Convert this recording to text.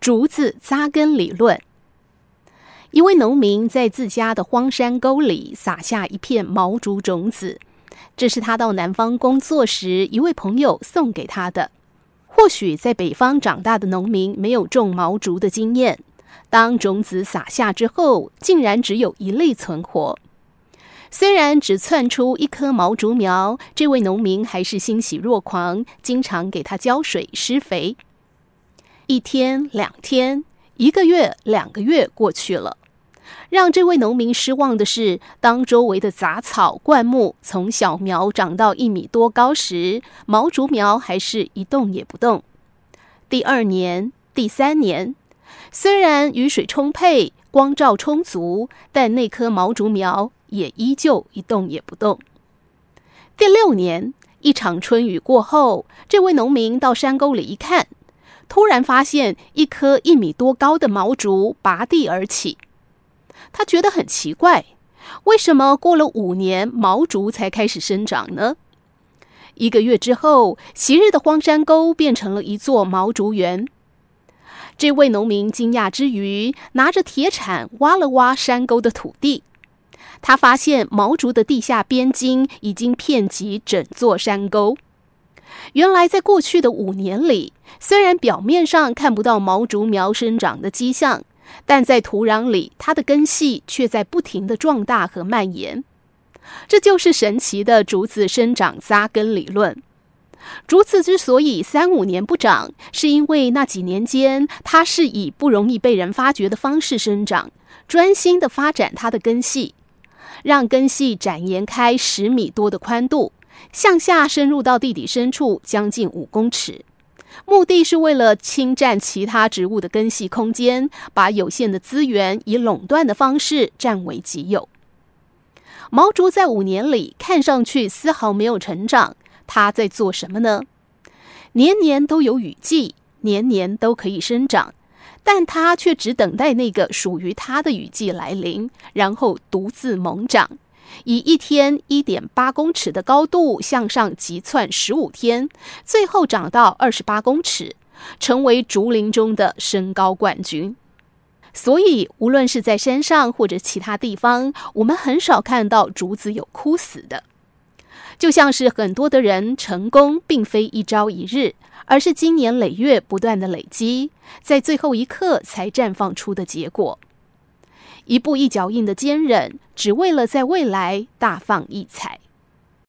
竹子扎根理论。一位农民在自家的荒山沟里撒下一片毛竹种子，这是他到南方工作时一位朋友送给他的。或许在北方长大的农民没有种毛竹的经验，当种子撒下之后，竟然只有一粒存活。虽然只窜出一棵毛竹苗，这位农民还是欣喜若狂，经常给它浇水施肥。1天、2天、1个月、2个月过去了。让这位农民失望的是，当周围的杂草灌木从小苗长到1米多高时，毛竹苗还是一动也不动。第2年、第3年，虽然雨水充沛，光照充足，但那棵毛竹苗也依旧一动也不动。第6年，一场春雨过后，这位农民到山沟里一看，突然发现一棵1米多高的毛竹拔地而起。他觉得很奇怪，为什么过了5年毛竹才开始生长呢？1个月之后，昔日的荒山沟变成了一座毛竹园。这位农民惊讶之余，拿着铁铲挖了挖山沟的土地。他发现毛竹的地下边茎已经遍及整座山沟。原来在过去的5年里，虽然表面上看不到毛竹苗生长的迹象，但在土壤里，它的根系却在不停地壮大和蔓延。这就是神奇的竹子生长扎根理论。竹子之所以3-5年不长，是因为那几年间，它是以不容易被人发觉的方式生长，专心地发展它的根系，让根系展延开10米多的宽度，向下深入到地底深处将近5公尺。目的是为了侵占其他植物的根系空间，把有限的资源以垄断的方式占为己有。毛竹在5年里看上去丝毫没有成长，它在做什么呢？年年都有雨季，年年都可以生长，但它却只等待那个属于它的雨季来临，然后独自猛长，以1天 1.8 公尺的高度向上急窜15天，最后长到28公尺，成为竹林中的身高冠军。所以无论是在山上或者其他地方，我们很少看到竹子有枯死的。就像是很多的人成功并非一朝一日，而是经年累月不断的累积，在最后一刻才绽放出的结果。一步一脚印的坚韧，只为了在未来大放异彩。